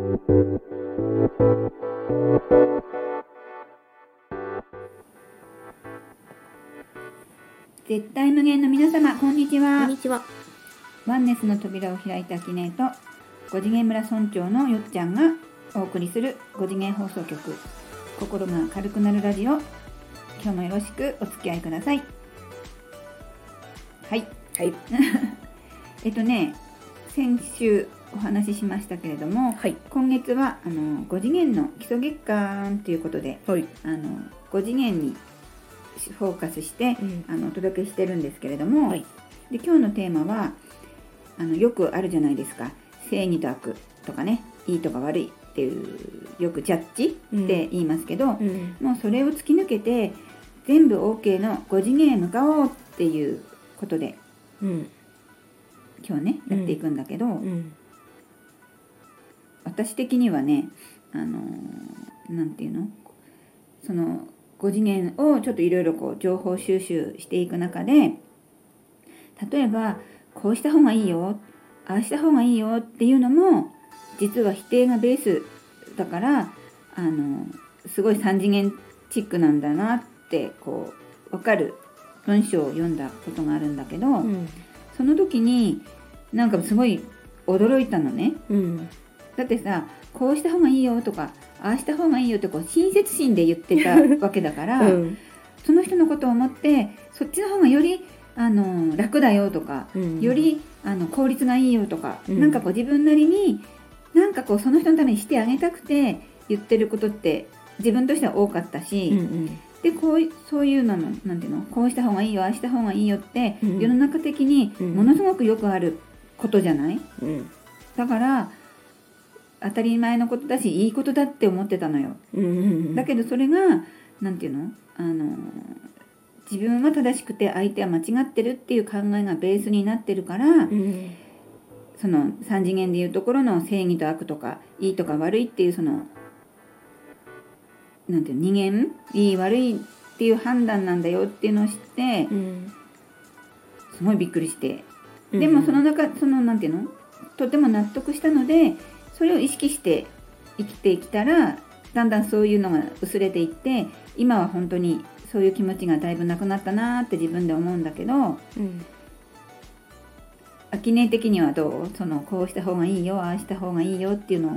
絶対無限の皆様、こんにちは。 こんにちは。 ワンネスの扉を開いた記念と5次元村村長のよっちゃんがお送りする5次元放送局、心が軽くなるラジオ。今日もよろしくお付き合いください。はい、 はい。 先週お話ししましたけれども、 はい、 今月は5次元の基礎月間ということで、 はい、 5次元にフォーカスして、お届けしてるんですけれども、 はい、 で今日のテーマはよくあるじゃないですか。正義と悪とかね、いいとか悪いっていうよくジャッジって言いますけど、もうそれを突き抜けて全部 OK の5次元へ向かおうっていうことで、今日ねやっていくんだけど、私的にはね、なんていうの、その5次元をちょっといろいろこう情報収集していく中で、例えばこうした方がいいよ、ああした方がいいよっていうのも実は否定がベースだから、すごい3次元チックなんだなってこう分かる文章を読んだことがあるんだけど、その時になんかすごい驚いたのね。だってさ、こうした方がいいよとかああした方がいいよってこう親切心で言ってたわけだから、その人のことを思ってそっちの方がより楽だよとか、より効率がいいよとか、なんかこう自分なりになんかこうその人のためにしてあげたくて言ってることって自分としては多かったし、でそういうのなんていうの、こうした方がいいよああした方がいいよって、世の中的にものすごくよくあることじゃない、だから当たり前のことだしいいことだって思ってたのよ。だけどそれがなんていうの、自分は正しくて相手は間違ってるっていう考えがベースになってるから、その3次元でいうところの正義と悪とかいいとか悪いっていうそのなんていうの、二元、いい悪いっていう判断なんだよっていうのを知って、すごいびっくりして、でもそのなんていうの、とても納得したので、それを意識して生きてきたらだんだんそういうのが薄れていって、今は本当にそういう気持ちがだいぶなくなったなって自分で思うんだけど、アキネ的にはどう？そのこうした方がいいよああした方がいいよっていうのを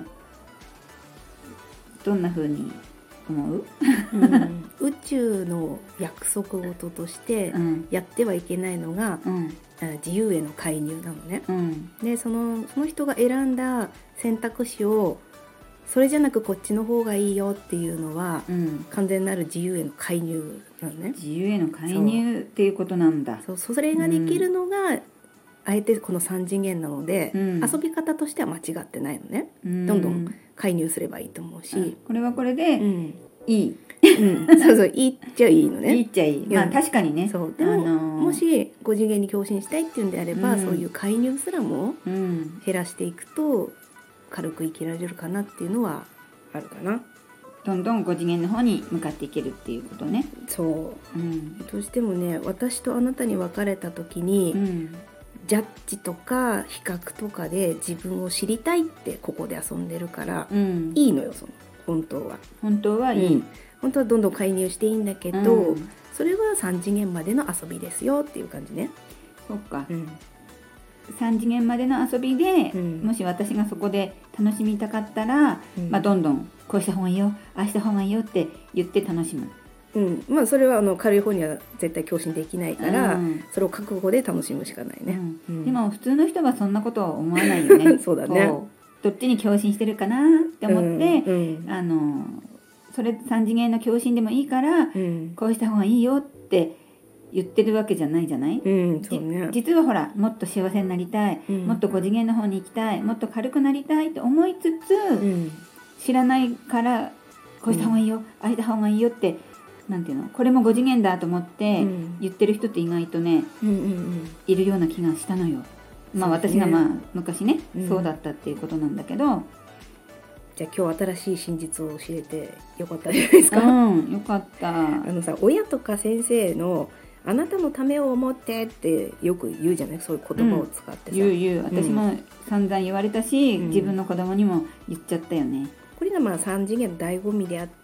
どんな風に思う？ 宇宙の約束事としてやってはいけないのが、自由への介入なのね。でその人が選んだ選択肢をそれじゃなくこっちの方がいいよっていうのは、完全なる自由への介入なのね。 自由への介入っていうことなんだ。 それができるのが、あえてこの3次元なので、遊び方としては間違ってないのね。どんどん介入すればいいと思うし、 これはこれでいい、 そういいっちゃいいのね。 いいっちゃいい、まあ確かにね。 そうでも、もし5次元に共振したいっていうんであれば、そういう介入すらも減らしていくと軽く生きられるかなっていうのはあるかな。 どんどん5次元の方に向かっていけるっていうことね。 そう、どうしてもね、私とあなたに別れた時に、ジャッジとか比較とかで自分を知りたいってここで遊んでるから、いいのよ、その本当はいい、本当はどんどん介入していいんだけど、それは3次元までの遊びですよっていう感じね。 そっか、3次元までの遊びで、もし私がそこで楽しみたかったら、どんどんこうした方がいいよああした方がいいよって言って楽しむ。 それは軽い方には絶対共振できないから、それを覚悟で楽しむしかないね。 でも普通の人はそんなことは思わないよね。 そうだね。 どっちに共振してるかなって思って、それ3次元の共振でもいいから、こうした方がいいよって言ってるわけじゃないじゃない。 そうね、 実はほら、もっと幸せになりたい、もっと5次元の方に行きたい、もっと軽くなりたいと思いつつ、知らないからこうした方がいいよ、ああした方がいいよってなんていうの、これも5次元だと思って言ってる人って意外とね、いるような気がしたのよ。私が昔ね、そうだったっていうことなんだけど、 じゃあ今日新しい真実を教えてよかったじゃないですか。 よかった。 親とか先生のあなたのためを思ってってよく言うじゃない、そういう言葉を使ってさ、 言う私も散々言われたし、自分の子供にも言っちゃったよね。 これがまあ3次元の醍醐味であって、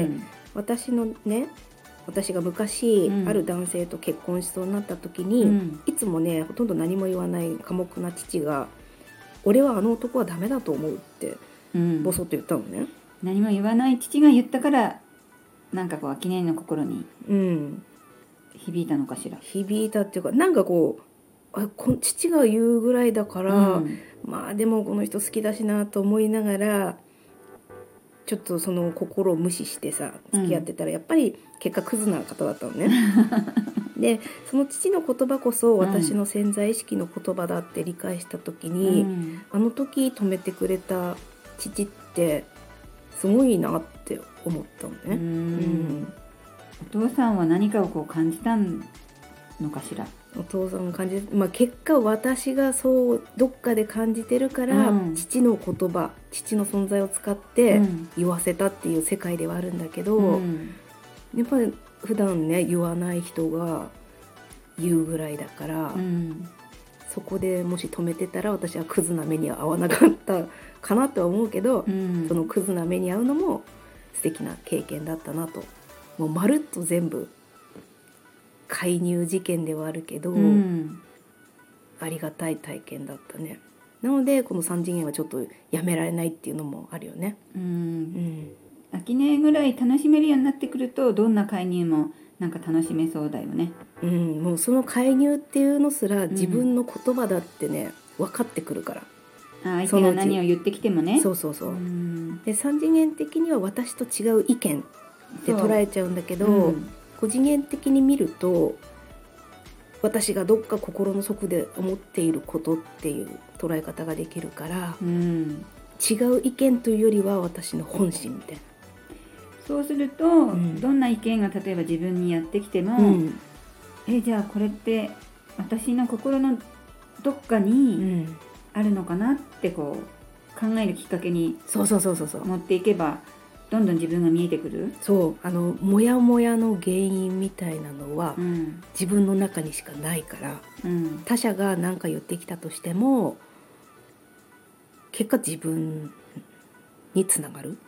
私が昔、ある男性と結婚しそうになった時に、いつもねほとんど何も言わない寡黙な父が、俺はあの男はダメだと思うってボソッと言ったのね。 何も言わない父が言ったから、なんかこう秋音の心に響いたのかしら。 響いたっていうか、なんかこう父が言うぐらいだから、まあでもこの人好きだしなと思いながら、ちょっとその心を無視してさ付き合ってたら、やっぱり結果クズな方だったのね。でその父の言葉こそ私の潜在意識の言葉だって理解した時に、あの時止めてくれた父ってすごいなって思ったのね。 お父さんは何かをこう感じたのかしら。 お父さんも感じて、結果私がそうどっかで感じてるから、父の言葉、父の存在を使って言わせたっていう世界ではあるんだけど、やっぱり普段ね言わない人が言うぐらいだから、そこでもし止めてたら私はクズな目には合わなかったかなとは思うけど、そのクズな目に遭うのも素敵な経験だったなと。もうまるっと全部介入事件ではあるけど、ありがたい体験だったね。なのでこの3次元はちょっとやめられないっていうのもあるよね。 秋音ぐらい楽しめるようになってくると、どんな介入もなんか楽しめそうだよね。 もうその介入っていうのすら自分の言葉だってね、分かってくるから。 相手が何を言ってきてもね。 そう。で3次元的には私と違う意見って捉えちゃうんだけど、5次元的に見ると私がどっか心の底で思っていることっていう捉え方ができるから、違う意見というよりは私の本心みたいな。 そうすると、どんな意見が例えば自分にやってきても、じゃあこれって私の心のどっかにあるのかなってこう考えるきっかけに持っていけば、どんどん自分が見えてくる。 モヤモヤの原因みたいなのは、自分の中にしかないから、他者が何か言ってきたとしても結果自分につながる。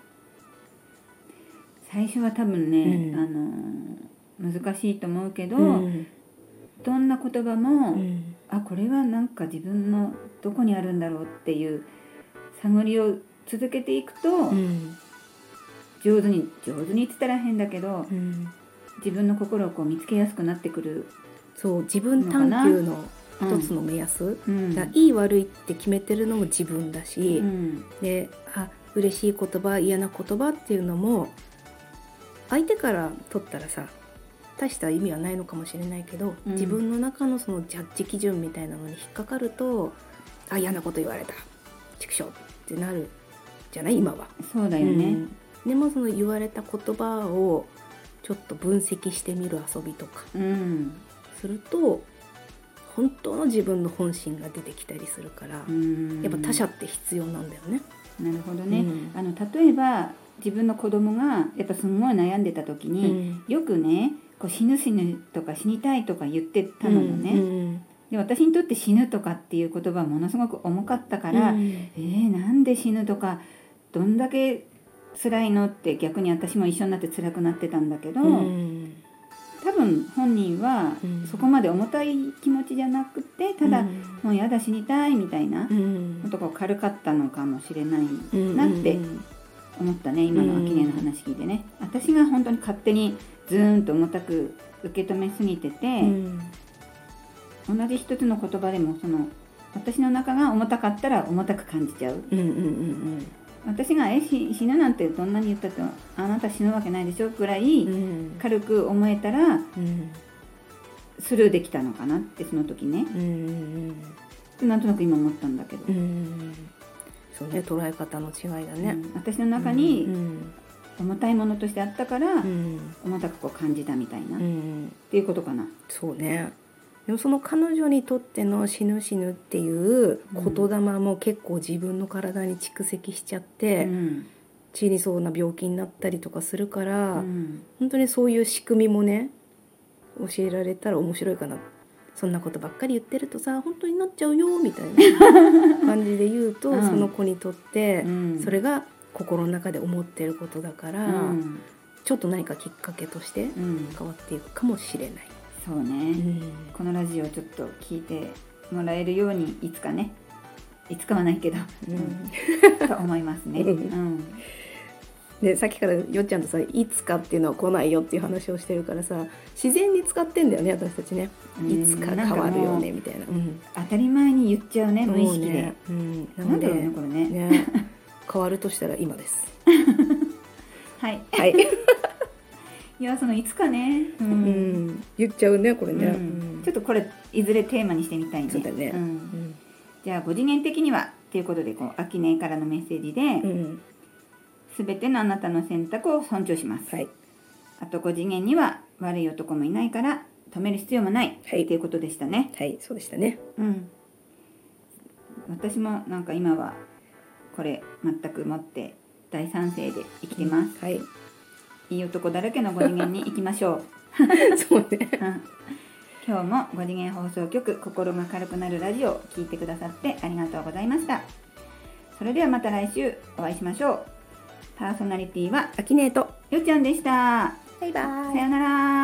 最初は多分ね、難しいと思うけど、どんな言葉も、これはなんか自分のどこにあるんだろうっていう探りを続けていくと、上手に言ったら変だけど、自分の心をこう見つけやすくなってくる。 自分探求の一つの目安、いい悪いって決めてるのも自分だし、で嬉しい言葉嫌な言葉っていうのも相手から取ったらさ大した意味はないのかもしれないけど、自分の中のそのジャッジ基準みたいなのに引っかかると、嫌なこと言われた畜生ってなるじゃない今は。 そうだよね。 でもその言われた言葉をちょっと分析してみる遊びとかすると、本当の自分の本心が出てきたりするから、やっぱ他者って必要なんだよね。 なるほどね。例えば自分の子供がやっぱすごい悩んでた時に、よくねこう死ぬとか死にたいとか言ってたのよね。で私にとって死ぬとかっていう言葉はものすごく重かったから、なんで死ぬとかどんだけ辛いのって逆に私も一緒になって辛くなってたんだけど、多分本人はそこまで重たい気持ちじゃなくて、ただもうやだ死にたいみたいなことが軽かったのかもしれないなって思ったね、今の秋音の話聞いてね。私が本当に勝手にズーンと重たく受け止めすぎてて、同じ一つの言葉でもその私の中が重たかったら重たく感じちゃう。私が死ぬなんてどんなに言ったってあなた死ぬわけないでしょぐらい軽く思えたら、スルーできたのかなってその時ね、なんとなく今思ったんだけど、 そうね、捉え方の違いだね。 私の中に重たいものとしてあったから、重たくこう感じたみたいな、っていうことかな。 そうね。でもその彼女にとっての死ぬ死ぬっていう言霊も結構自分の体に蓄積しちゃって、死にそうな病気になったりとかするから、本当にそういう仕組みもね教えられたら面白いかな。そんなことばっかり言ってるとさ本当になっちゃうよみたいな感じで言うと、その子にとってそれが心の中で思ってることだから、ちょっと何かきっかけとして変わっていくかもしれない。 そうね、このラジオちょっと聞いてもらえるようにいつかね、いつかはないけど、と思いますね。 でさっきからよっちゃんとさいつかっていうのは来ないよっていう話をしてるからさ、自然に使ってんだよね私たちね。いつか変わるよねみたいな、 当たり前に言っちゃうね、無意識で。 なんだろうねこれね。変わるとしたら今です。 はいはい。 いやそのいつかね、 言っちゃうねこれね、 ちょっとこれいずれテーマにしてみたいね。 そうだね。 じゃあ5次元的にはっていうことで、こうアキネからのメッセージで、すべてのあなたの選択を尊重します。あと5次元には悪い男もいないから止める必要もない、っていうことでしたね。 はい、そうでしたね。 私もなんか今はこれ全くもって大賛成で生きてます。いい男だらけの5次元に行きましょう。 そうね。 今日も5次元放送局心が軽くなるラジオを聞いてくださってありがとうございました。それではまた来週お会いしましょう。パーソナリティはアキネートよっちゃんでした。 バイバイ。 さよなら。